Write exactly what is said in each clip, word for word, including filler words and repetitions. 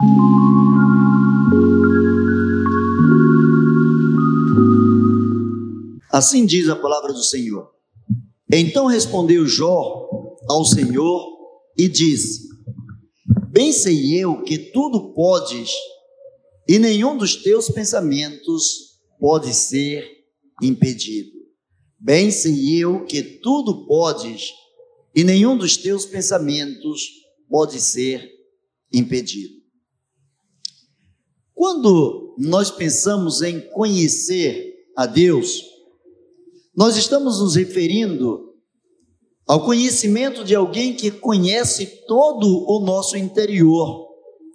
Assim diz a palavra do Senhor. Então respondeu Jó ao Senhor e disse: bem sei eu que tudo podes, e nenhum dos teus pensamentos pode ser impedido. Bem sei eu que tudo podes, e nenhum dos teus pensamentos pode ser impedido. Quando nós pensamos em conhecer a Deus, nós estamos nos referindo ao conhecimento de alguém que conhece todo o nosso interior.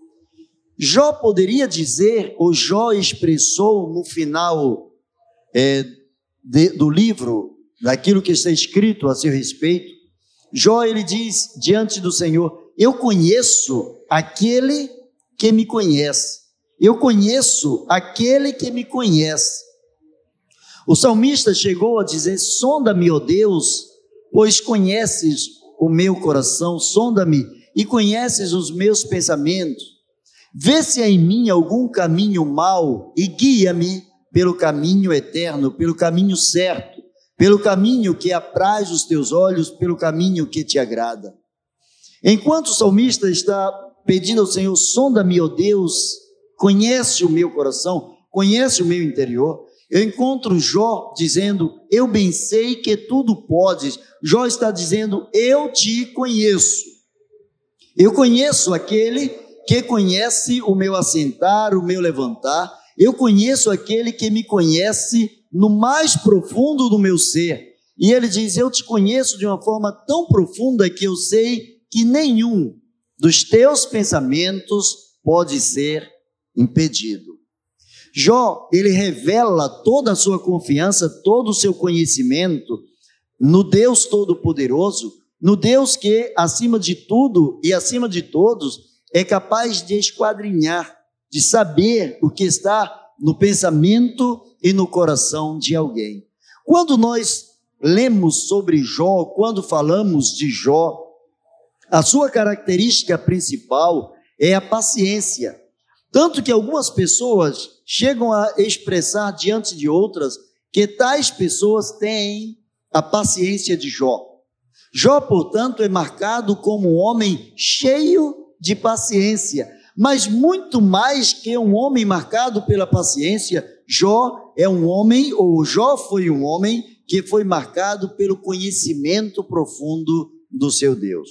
Jó poderia dizer, ou Jó expressou no final é, de, do livro, daquilo que está escrito a seu respeito, Jó ele diz diante do Senhor: eu conheço aquele que me conhece, eu conheço aquele que me conhece. O salmista chegou a dizer: sonda-me, ó Deus, pois conheces o meu coração, sonda-me e conheces os meus pensamentos. Vê se há em mim algum caminho mau e guia-me pelo caminho eterno, pelo caminho certo, pelo caminho que apraz os teus olhos, pelo caminho que te agrada. Enquanto o salmista está pedindo ao Senhor: sonda-me, ó Deus, conhece o meu coração, conhece o meu interior, eu encontro Jó dizendo: eu bem sei que tudo podes. Jó está dizendo: eu te conheço. Eu conheço aquele que conhece o meu assentar, o meu levantar. Eu conheço aquele que me conhece no mais profundo do meu ser. E ele diz: eu te conheço de uma forma tão profunda que eu sei que nenhum dos teus pensamentos pode ser impedido. Jó, ele revela toda a sua confiança, todo o seu conhecimento no Deus Todo-Poderoso, no Deus que, acima de tudo e acima de todos, é capaz de esquadrinhar, de saber o que está no pensamento e no coração de alguém. Quando nós lemos sobre Jó, quando falamos de Jó, a sua característica principal é a paciência. Tanto que algumas pessoas chegam a expressar diante de outras que tais pessoas têm a paciência de Jó. Jó, portanto, é marcado como um homem cheio de paciência, mas muito mais que um homem marcado pela paciência, Jó é um homem, ou Jó foi um homem que foi marcado pelo conhecimento profundo do seu Deus.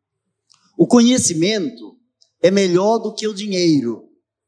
O conhecimento é melhor do que o dinheiro.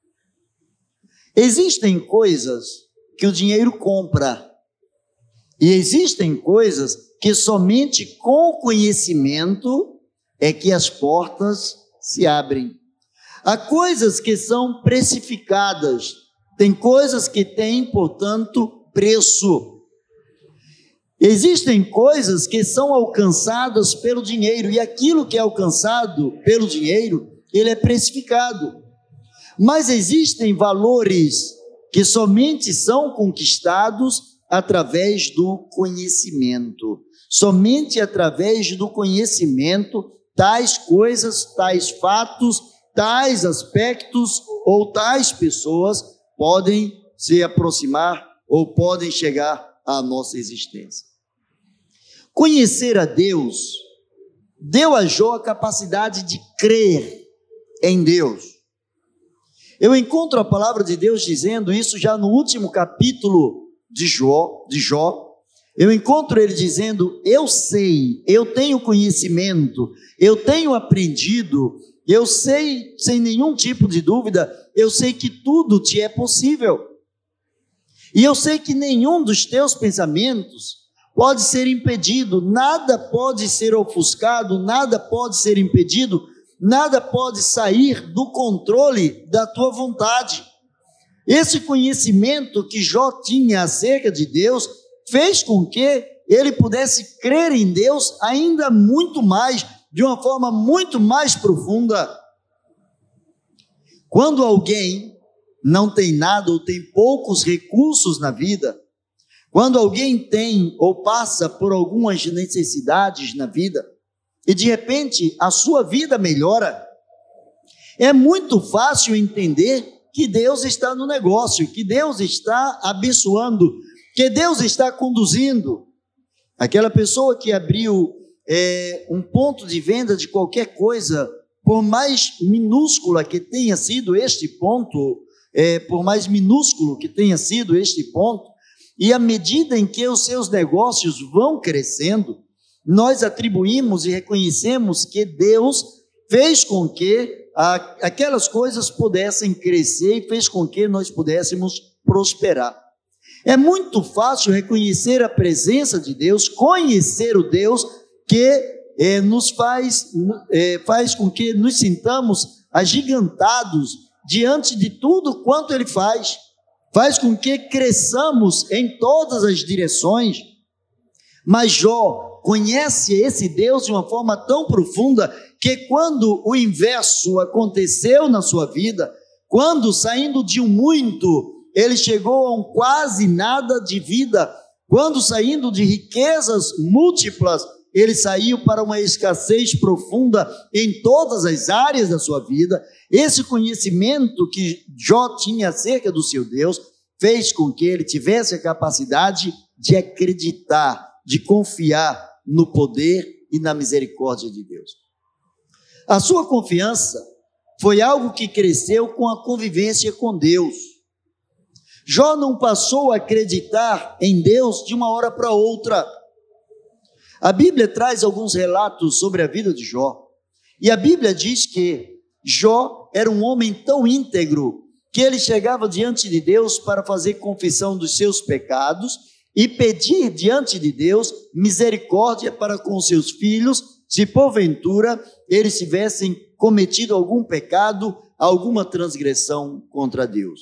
Existem coisas que o dinheiro compra, e existem coisas que somente com conhecimento é que as portas se abrem. Há coisas que são precificadas, tem coisas que têm, portanto, preço. Existem coisas que são alcançadas pelo dinheiro, e aquilo que é alcançado pelo dinheiro, ele é precificado. Mas existem valores que somente são conquistados através do conhecimento. Somente através do conhecimento, tais coisas, tais fatos, tais aspectos ou tais pessoas podem se aproximar ou podem chegar à nossa existência. Conhecer a Deus deu a Jó a capacidade de crer em Deus. Eu encontro a palavra de Deus dizendo isso já no último capítulo de Jó, de Jó. Eu encontro ele dizendo: eu sei, eu tenho conhecimento, eu tenho aprendido, eu sei sem nenhum tipo de dúvida, eu sei que tudo te é possível. E eu sei que nenhum dos teus pensamentos pode ser impedido, nada pode ser ofuscado, nada pode ser impedido, nada pode sair do controle da tua vontade. Esse conhecimento que Jó tinha acerca de Deus fez com que ele pudesse crer em Deus ainda muito mais, de uma forma muito mais profunda. Quando alguém não tem nada ou tem poucos recursos na vida, quando alguém tem ou passa por algumas necessidades na vida, e de repente a sua vida melhora, É muito fácil entender que Deus está no negócio, que Deus está abençoando, que Deus está conduzindo. Aquela pessoa que abriu é, um ponto de venda de qualquer coisa, por mais minúscula que tenha sido este ponto, é, por mais minúsculo que tenha sido este ponto, e à medida em que os seus negócios vão crescendo, nós atribuímos e reconhecemos que Deus fez com que a, aquelas coisas pudessem crescer e fez com que nós pudéssemos prosperar. É muito fácil reconhecer a presença de Deus, conhecer o Deus que é, nos faz, é, faz com que nos sintamos agigantados diante de tudo quanto Ele faz, faz com que cresçamos em todas as direções. Mas Jó conhece esse Deus de uma forma tão profunda que quando o inverso aconteceu na sua vida, quando saindo de um muito, ele chegou a um quase nada de vida, quando saindo de riquezas múltiplas, ele saiu para uma escassez profunda em todas as áreas da sua vida. Esse conhecimento que Jó tinha acerca do seu Deus fez com que ele tivesse a capacidade de acreditar, de confiar no poder e na misericórdia de Deus. A sua confiança foi algo que cresceu com a convivência com Deus. Jó não passou a acreditar em Deus de uma hora para outra. A Bíblia traz alguns relatos sobre a vida de Jó, e a Bíblia diz que Jó era um homem tão íntegro que ele chegava diante de Deus para fazer confissão dos seus pecados e pedir diante de Deus misericórdia para com seus filhos, se porventura eles tivessem cometido algum pecado, alguma transgressão contra Deus.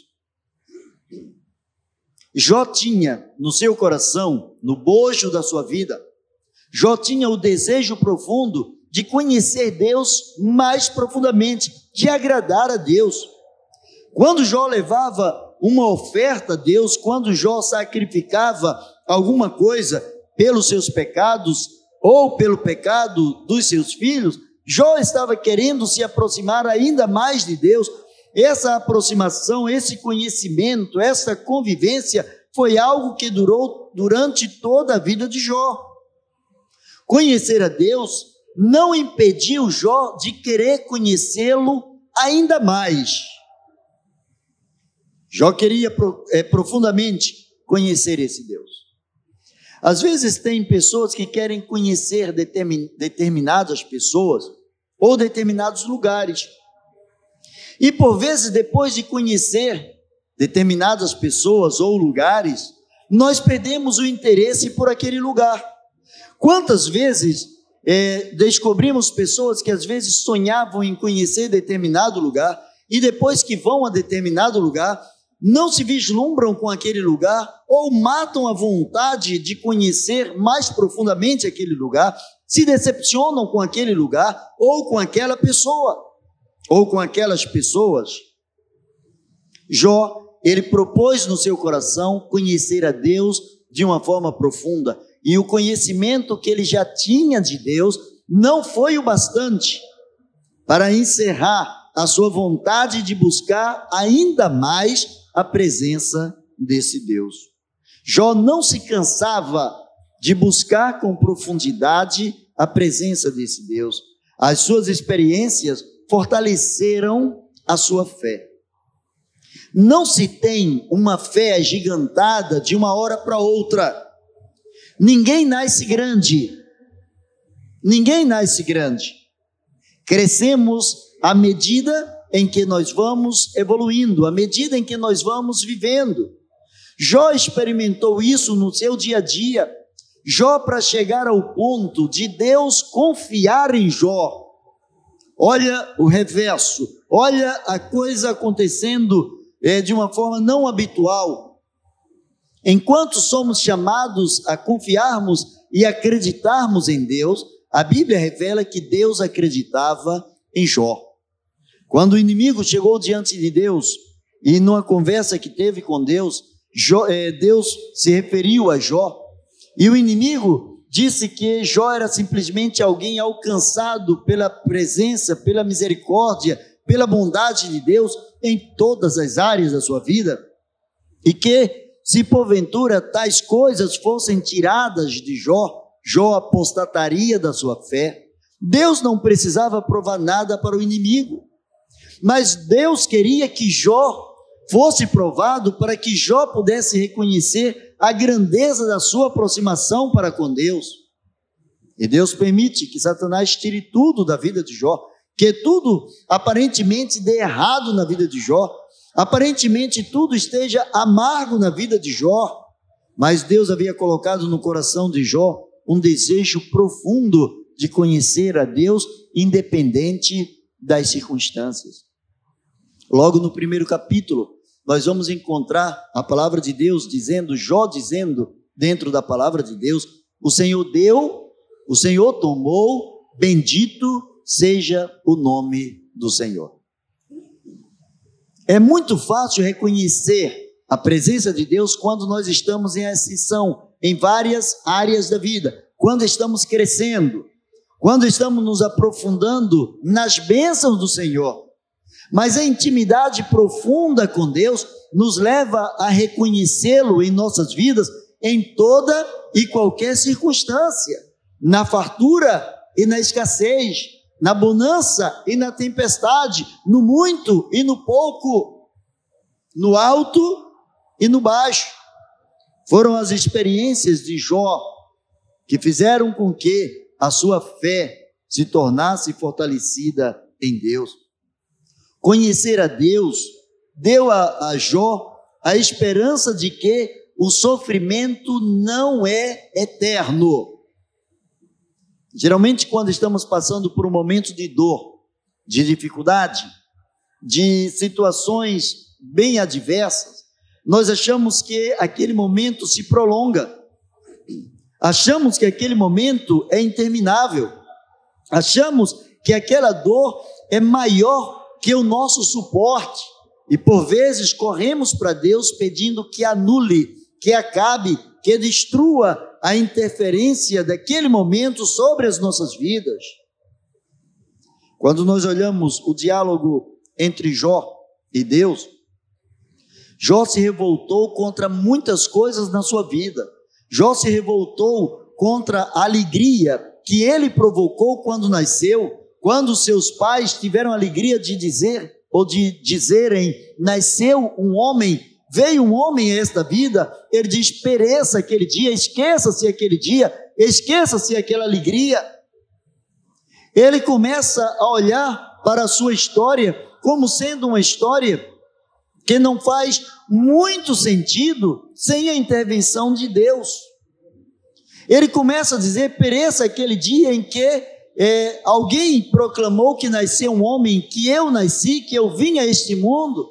Jó tinha no seu coração, no bojo da sua vida, Jó tinha o desejo profundo de conhecer Deus mais profundamente, de agradar a Deus. Quando Jó levava uma oferta a Deus, quando Jó sacrificava alguma coisa pelos seus pecados ou pelo pecado dos seus filhos, Jó estava querendo se aproximar ainda mais de Deus. Essa aproximação, esse conhecimento, essa convivência foi algo que durou durante toda a vida de Jó. Conhecer a Deus não impediu Jó de querer conhecê-lo ainda mais. Jó queria é, profundamente conhecer esse Deus. Às vezes tem pessoas que querem conhecer determin, determinadas pessoas ou determinados lugares. E por vezes, depois de conhecer determinadas pessoas ou lugares, nós perdemos o interesse por aquele lugar. Quantas vezes é, descobrimos pessoas que às vezes sonhavam em conhecer determinado lugar e depois que vão a determinado lugar, não se vislumbram com aquele lugar ou matam a vontade de conhecer mais profundamente aquele lugar, se decepcionam com aquele lugar ou com aquela pessoa, ou com aquelas pessoas. Jó, ele propôs no seu coração conhecer a Deus de uma forma profunda, e o conhecimento que ele já tinha de Deus não foi o bastante para encerrar a sua vontade de buscar ainda mais a presença desse Deus. Jó não se cansava de buscar com profundidade a presença desse Deus. As suas experiências fortaleceram a sua fé. Não se tem uma fé agigantada de uma hora para outra. Ninguém nasce grande. Ninguém nasce grande. Crescemos à medida em que nós vamos evoluindo, à medida em que nós vamos vivendo. Jó experimentou isso no seu dia a dia. Jó, para chegar ao ponto de Deus confiar em Jó, olha o reverso, olha a coisa acontecendo é, de uma forma não habitual. Enquanto somos chamados a confiarmos e acreditarmos em Deus, a Bíblia revela que Deus acreditava em Jó. Quando o inimigo chegou diante de Deus e numa conversa que teve com Deus, Jó, é, Deus se referiu a Jó, e o inimigo disse que Jó era simplesmente alguém alcançado pela presença, pela misericórdia, pela bondade de Deus em todas as áreas da sua vida, e que, se porventura tais coisas fossem tiradas de Jó, Jó apostataria da sua fé. Deus não precisava provar nada para o inimigo, mas Deus queria que Jó fosse provado para que Jó pudesse reconhecer a grandeza da sua aproximação para com Deus. E Deus permite que Satanás tire tudo da vida de Jó, que tudo aparentemente dê errado na vida de Jó, aparentemente tudo esteja amargo na vida de Jó, mas Deus havia colocado no coração de Jó um desejo profundo de conhecer a Deus, independente das circunstâncias. Logo no primeiro capítulo, nós vamos encontrar a palavra de Deus dizendo, Jó dizendo, dentro da palavra de Deus, o Senhor deu, o Senhor tomou, bendito seja o nome do Senhor. É muito fácil reconhecer a presença de Deus quando nós estamos em ascensão, em várias áreas da vida, quando estamos crescendo, quando estamos nos aprofundando nas bênçãos do Senhor. Mas a intimidade profunda com Deus nos leva a reconhecê-lo em nossas vidas em toda e qualquer circunstância, na fartura e na escassez, na bonança e na tempestade, no muito e no pouco, no alto e no baixo. Foram as experiências de Jó que fizeram com que a sua fé se tornasse fortalecida em Deus. Conhecer a Deus deu a, a Jó a esperança de que o sofrimento não é eterno. Geralmente, quando estamos passando por um momento de dor, de dificuldade, de situações bem adversas, nós achamos que aquele momento se prolonga, achamos que aquele momento é interminável, achamos que aquela dor é maior que o nosso suporte, e por vezes corremos para Deus pedindo que anule, que acabe, que destrua a interferência daquele momento sobre as nossas vidas. Quando nós olhamos o diálogo entre Jó e Deus, Jó se revoltou contra muitas coisas na sua vida. Jó se revoltou contra a alegria que ele provocou quando nasceu, quando seus pais tiveram a alegria de dizer, ou de dizerem, nasceu um homem, veio um homem a esta vida. Ele diz, pereça aquele dia, esqueça-se aquele dia, esqueça-se aquela alegria. Ele começa a olhar para a sua história como sendo uma história que não faz muito sentido sem a intervenção de Deus. Ele começa a dizer, pereça aquele dia em que é, alguém proclamou que nasceu um homem, que eu nasci, que eu vim a este mundo.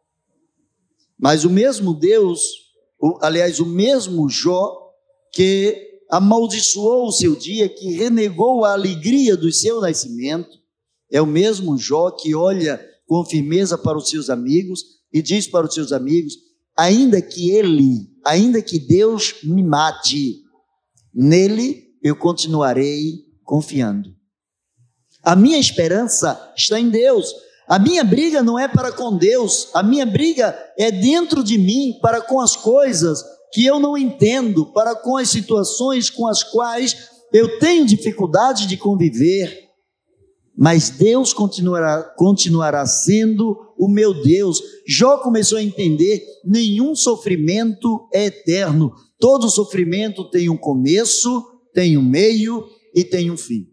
Mas o mesmo Deus, o, aliás, o mesmo Jó, que amaldiçoou o seu dia, que renegou a alegria do seu nascimento, é o mesmo Jó que olha com firmeza para os seus amigos e diz para os seus amigos, ainda que ele, ainda que Deus me mate, nele eu continuarei confiando. A minha esperança está em Deus. A minha briga não é para com Deus, a minha briga é dentro de mim, para com as coisas que eu não entendo, para com as situações com as quais eu tenho dificuldade de conviver. Mas Deus continuará, continuará sendo o meu Deus. Jó começou a entender, nenhum sofrimento é eterno, todo sofrimento tem um começo, tem um meio e tem um fim.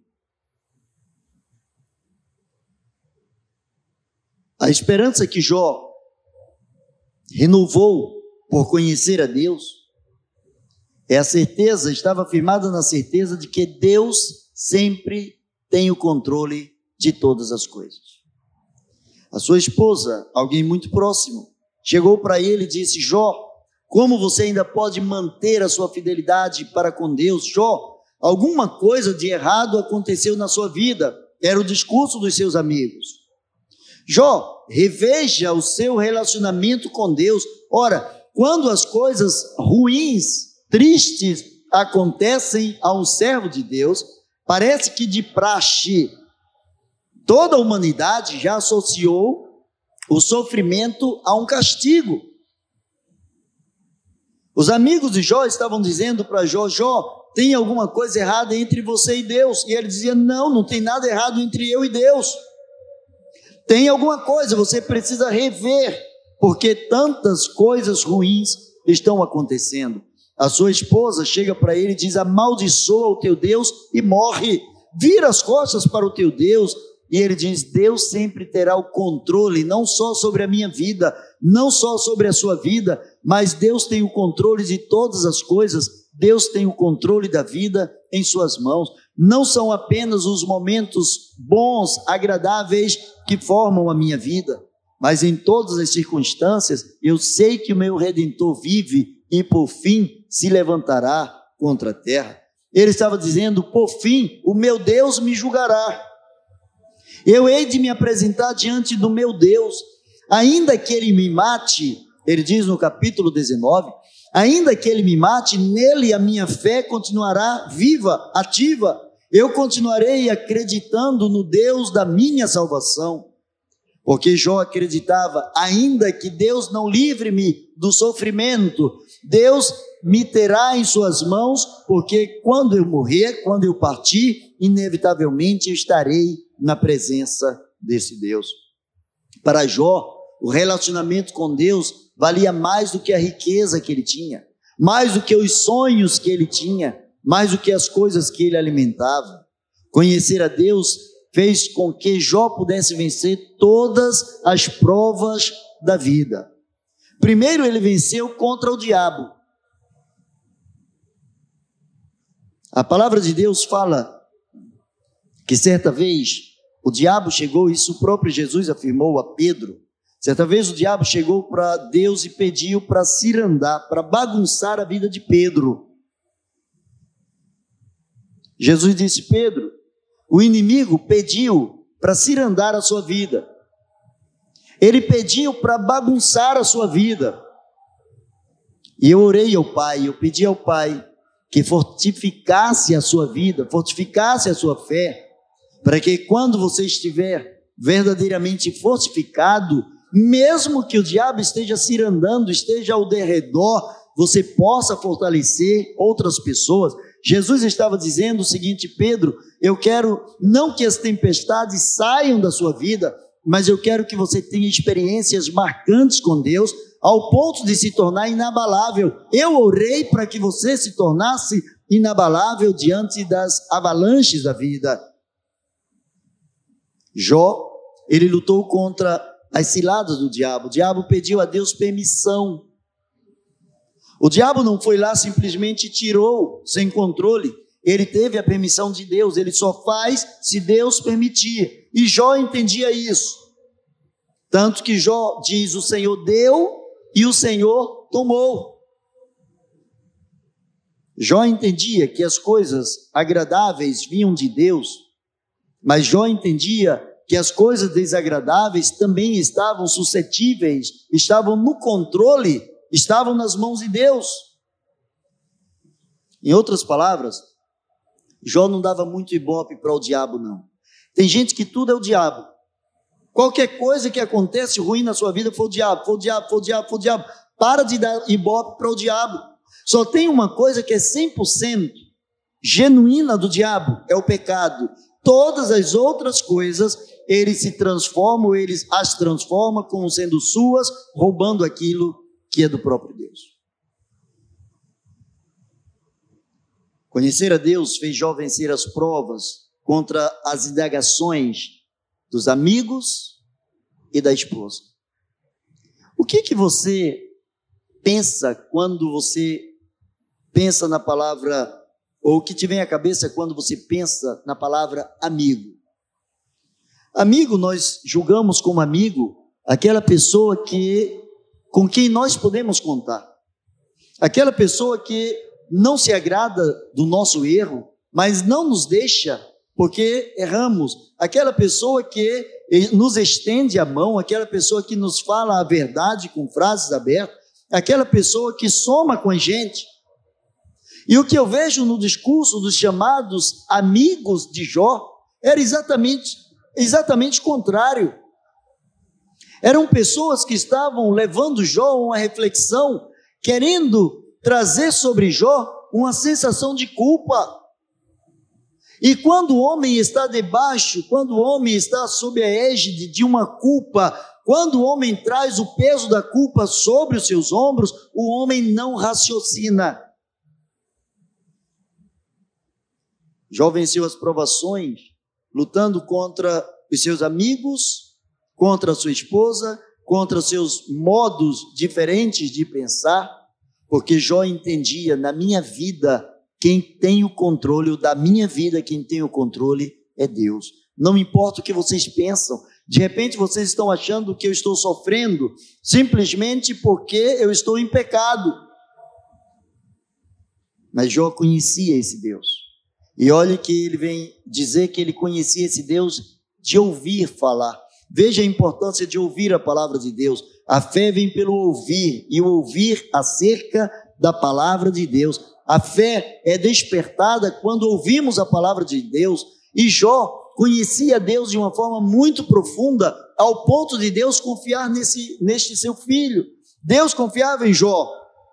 A esperança que Jó renovou por conhecer a Deus, é a certeza, estava firmada na certeza de que Deus sempre tem o controle de todas as coisas. A sua esposa, alguém muito próximo, chegou para ele e disse, Jó, como você ainda pode manter a sua fidelidade para com Deus? Jó, alguma coisa de errado aconteceu na sua vida. Era o discurso dos seus amigos. Jó, reveja o seu relacionamento com Deus. Ora, quando as coisas ruins, tristes, acontecem a um servo de Deus, parece que de praxe, Toda a humanidade já associou o sofrimento a um castigo. Os amigos de Jó estavam dizendo para Jó: Jó, tem alguma coisa errada entre você e Deus? E ele dizia: não, não tem nada errado entre eu e Deus. Tem alguma coisa, você precisa rever, porque tantas coisas ruins estão acontecendo. A sua esposa chega para ele e diz: amaldiçoa o teu Deus e morre, vira as costas para o teu Deus. E ele diz: Deus sempre terá o controle, não só sobre a minha vida, não só sobre a sua vida, mas Deus tem o controle de todas as coisas. Deus tem o controle da vida em suas mãos. Não são apenas os momentos bons, agradáveis que formam a minha vida, mas em todas as circunstâncias eu sei que o meu Redentor vive e por fim se levantará contra a terra. Ele estava dizendo: por fim o meu Deus me julgará. Eu hei de me apresentar diante do meu Deus, ainda que ele me mate, ele diz no capítulo dezenove, ainda que ele me mate, nele a minha fé continuará viva, ativa, eu continuarei acreditando no Deus da minha salvação, porque Jó acreditava: ainda que Deus não livre-me do sofrimento, Deus me terá em suas mãos, porque quando eu morrer, quando eu partir, inevitavelmente eu estarei na presença desse Deus. Para Jó, o relacionamento com Deus valia mais do que a riqueza que ele tinha, mais do que os sonhos que ele tinha, mais do que as coisas que ele alimentava. Conhecer a Deus fez com que Jó pudesse vencer todas as provas da vida. Primeiro ele venceu contra o diabo. A palavra de Deus fala que certa vez o diabo chegou, isso o próprio Jesus afirmou a Pedro, certa vez o diabo chegou para Deus e pediu para cirandar, para bagunçar a vida de Pedro. Jesus disse: Pedro, o inimigo pediu para cirandar a sua vida, ele pediu para bagunçar a sua vida, e eu orei ao Pai, eu pedi ao Pai que fortificasse a sua vida, fortificasse a sua fé, para que quando você estiver verdadeiramente fortificado, mesmo que o diabo esteja cirandando, esteja ao derredor, você possa fortalecer outras pessoas. Jesus estava dizendo o seguinte: Pedro, eu quero não que as tempestades saiam da sua vida, mas eu quero que você tenha experiências marcantes com Deus, ao ponto de se tornar inabalável. Eu orei para que você se tornasse inabalável diante das avalanches da vida. Jó, ele lutou contra as ciladas do diabo. O diabo pediu a Deus permissão. O diabo não foi lá simplesmente tirou sem controle. Ele teve a permissão de Deus. Ele só faz se Deus permitir. E Jó entendia isso. Tanto que Jó diz: o Senhor deu e o Senhor tomou. Jó entendia que as coisas agradáveis vinham de Deus, mas Jó entendia que as coisas desagradáveis também estavam suscetíveis, estavam no controle, estavam nas mãos de Deus. Em outras palavras, Jó não dava muito ibope para o diabo, não. Tem gente que tudo é o diabo. Qualquer coisa que acontece ruim na sua vida foi o diabo, foi o diabo, foi o diabo, foi o diabo. Para de dar ibope para o diabo. Só tem uma coisa que é cem por cento genuína do diabo, é o pecado. Todas as outras coisas, eles se transformam, eles as transformam como sendo suas, roubando aquilo que é do próprio Deus. Conhecer a Deus fez Jó vencer as provas contra as indagações dos amigos e da esposa. O que que você pensa quando você pensa na palavra, ou o que te vem à cabeça quando você pensa na palavra amigo? Amigo, nós julgamos como amigo aquela pessoa que, com quem nós podemos contar. Aquela pessoa que não se agrada do nosso erro, mas não nos deixa porque erramos. Aquela pessoa que nos estende a mão, aquela pessoa que nos fala a verdade com frases abertas, aquela pessoa que soma com a gente. E o que eu vejo no discurso dos chamados amigos de Jó era exatamente exatamente o contrário. Eram pessoas que estavam levando Jó a uma reflexão, querendo trazer sobre Jó uma sensação de culpa. E quando o homem está debaixo, quando o homem está sob a égide de uma culpa, quando o homem traz o peso da culpa sobre os seus ombros, o homem não raciocina. Jó venceu as provações, lutando contra os seus amigos, contra a sua esposa, contra os seus modos diferentes de pensar, porque Jó entendia, na minha vida, quem tem o controle da minha vida, quem tem o controle é Deus. Não importa o que vocês pensam, de repente vocês estão achando que eu estou sofrendo simplesmente porque eu estou em pecado. Mas Jó conhecia esse Deus. E olha que ele vem dizer que ele conhecia esse Deus de ouvir falar. Veja a importância de ouvir a palavra de Deus. A fé vem pelo ouvir, e o ouvir acerca da palavra de Deus. A fé é despertada quando ouvimos a palavra de Deus. E Jó conhecia Deus de uma forma muito profunda, ao ponto de Deus confiar nesse, neste seu filho. Deus confiava em Jó.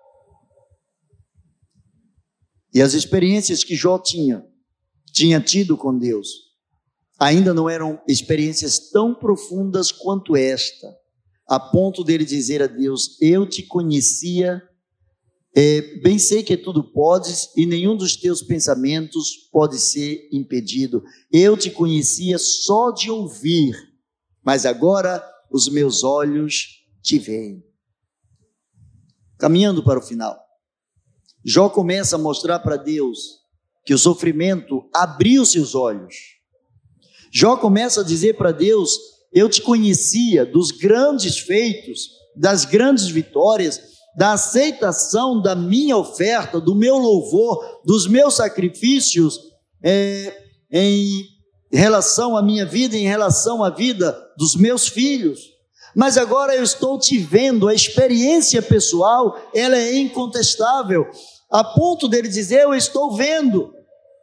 E as experiências que Jó tinha, tinha tido com Deus, ainda não eram experiências tão profundas quanto esta, a ponto dele dizer a Deus: eu te conhecia, é, bem sei que tudo podes e nenhum dos teus pensamentos pode ser impedido. Eu te conhecia só de ouvir, mas agora os meus olhos te veem. Caminhando para o final, Jó começa a mostrar para Deus que o sofrimento abriu seus olhos. Jó começa a dizer para Deus: eu te conhecia dos grandes feitos, das grandes vitórias, da aceitação da minha oferta, do meu louvor, dos meus sacrifícios é, em relação à minha vida, em relação à vida dos meus filhos. Mas agora eu estou te vendo, a experiência pessoal, ela é incontestável, a ponto dele dizer: eu estou vendo.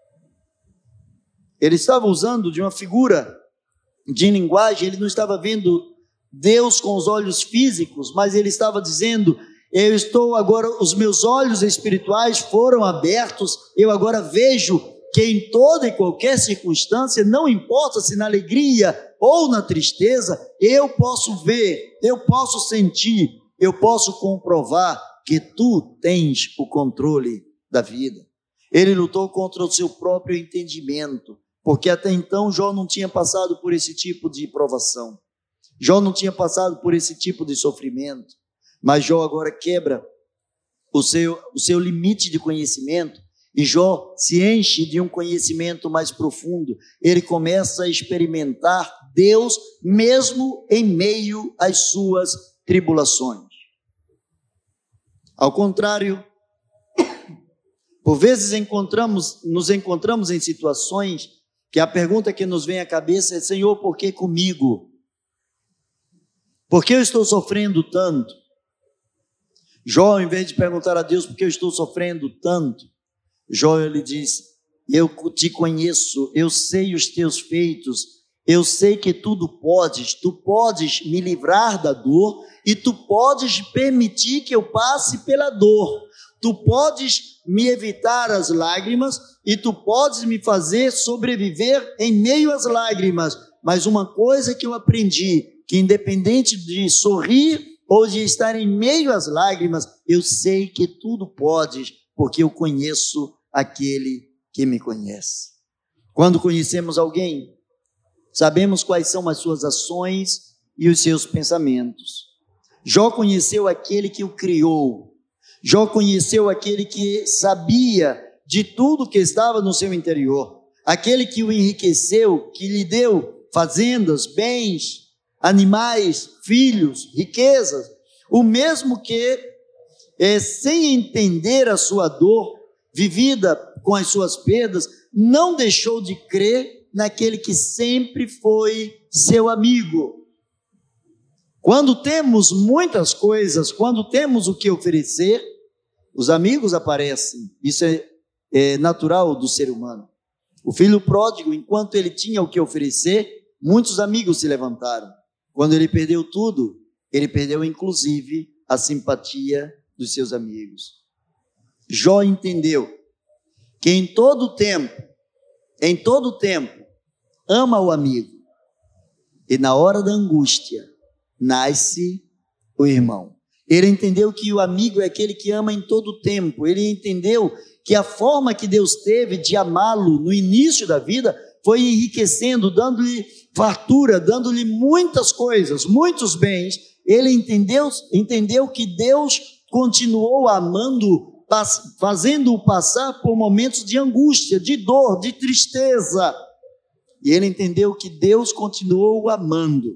Ele estava usando de uma figura de linguagem, ele não estava vendo Deus com os olhos físicos, mas ele estava dizendo: eu estou agora, os meus olhos espirituais foram abertos, eu agora vejo que em toda e qualquer circunstância, não importa se na alegria ou na tristeza, eu posso ver, eu posso sentir, eu posso comprovar que tu tens o controle da vida. Ele lutou contra o seu próprio entendimento, porque até então Jó não tinha passado por esse tipo de provação. Jó não tinha passado por esse tipo de sofrimento. Mas Jó agora quebra o seu, o seu limite de conhecimento, e Jó se enche de um conhecimento mais profundo. Ele começa a experimentar Deus mesmo em meio às suas tribulações. Ao contrário, por vezes encontramos, nos encontramos em situações que a pergunta que nos vem à cabeça é: Senhor, por que comigo? Por que eu estou sofrendo tanto? Jó, ao invés de perguntar a Deus por que eu estou sofrendo tanto, Jó, ele diz: eu te conheço, eu sei os teus feitos, eu sei que tudo podes, tu podes me livrar da dor e tu podes permitir que eu passe pela dor, tu podes me evitar as lágrimas e tu podes me fazer sobreviver em meio às lágrimas. Mas uma coisa que eu aprendi, que independente de sorrir ou de estar em meio às lágrimas, eu sei que tudo podes, porque eu conheço aquele que me conhece. Quando conhecemos alguém, sabemos quais são as suas ações e os seus pensamentos. Jó conheceu aquele que o criou. Jó conheceu aquele que sabia de tudo que estava no seu interior. Aquele que o enriqueceu, que lhe deu fazendas, bens, animais, filhos, riquezas. O mesmo que, é, sem entender a sua dor, vivida com as suas perdas, não deixou de crer naquele que sempre foi seu amigo. Quando temos muitas coisas, quando temos o que oferecer, os amigos aparecem. Isso é, é natural do ser humano. O filho pródigo, enquanto ele tinha o que oferecer, muitos amigos se levantaram. Quando ele perdeu tudo, ele perdeu inclusive a simpatia dos seus amigos. Jó entendeu que em todo tempo, em todo tempo, ama o amigo. E na hora da angústia, nasce o irmão. Ele entendeu que o amigo é aquele que ama em todo tempo. Ele entendeu que a forma que Deus teve de amá-lo no início da vida foi enriquecendo, dando-lhe fartura, dando-lhe muitas coisas, muitos bens. Ele entendeu, entendeu que Deus continuou amando, fazendo-o passar por momentos de angústia, de dor, de tristeza. E ele entendeu que Deus continuou o amando,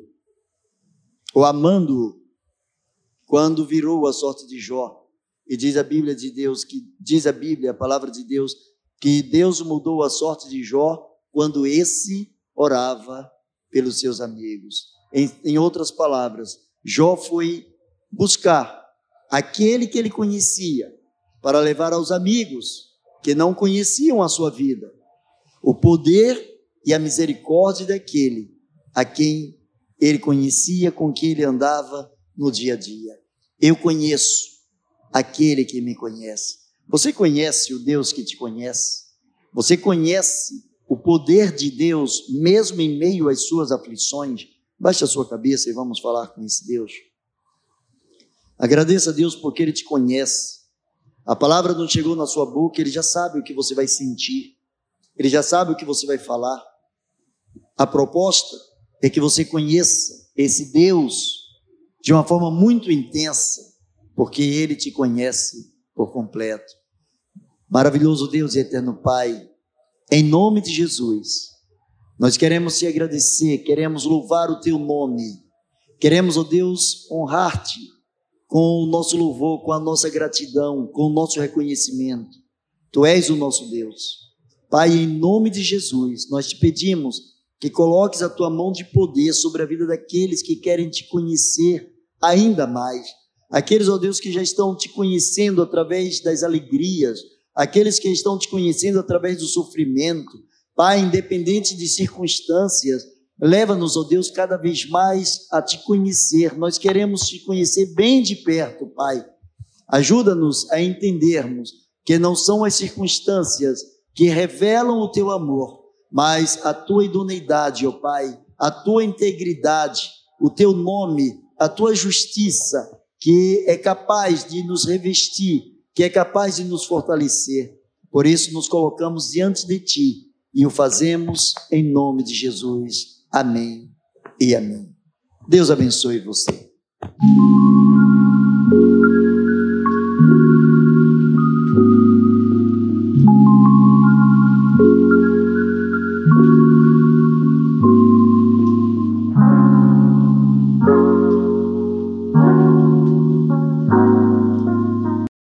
o amando quando virou a sorte de Jó. E diz a Bíblia de Deus, que diz a Bíblia, a palavra de Deus, que Deus mudou a sorte de Jó quando esse orava pelos seus amigos. Em, em outras palavras, Jó foi buscar aquele que ele conhecia para levar aos amigos que não conheciam a sua vida o poder e a misericórdia daquele a quem ele conhecia, com quem ele andava no dia a dia. Eu conheço aquele que me conhece. Você conhece o Deus que te conhece? Você conhece o poder de Deus mesmo em meio às suas aflições? Baixe a sua cabeça e vamos falar com esse Deus. Agradeça a Deus porque Ele te conhece. A palavra não chegou na sua boca, Ele já sabe o que você vai sentir. Ele já sabe o que você vai falar. A proposta é que você conheça esse Deus de uma forma muito intensa, porque Ele te conhece por completo. Maravilhoso Deus e eterno Pai, em nome de Jesus, nós queremos te agradecer, queremos louvar o teu nome, queremos, ó Deus, honrar-te com o nosso louvor, com a nossa gratidão, com o nosso reconhecimento. Tu és o nosso Deus. Pai, em nome de Jesus, nós te pedimos que coloques a tua mão de poder sobre a vida daqueles que querem te conhecer ainda mais. Aqueles, ó Deus, que já estão te conhecendo através das alegrias, aqueles que estão te conhecendo através do sofrimento. Pai, independente de circunstâncias, leva-nos, ó Deus, cada vez mais a te conhecer. Nós queremos te conhecer bem de perto, Pai. Ajuda-nos a entendermos que não são as circunstâncias que revelam o teu amor, mas a tua idoneidade, ó Pai, a tua integridade, o teu nome, a tua justiça, que é capaz de nos revestir, que é capaz de nos fortalecer. Por isso nos colocamos diante de ti e o fazemos em nome de Jesus. Amém e amém. Deus abençoe você.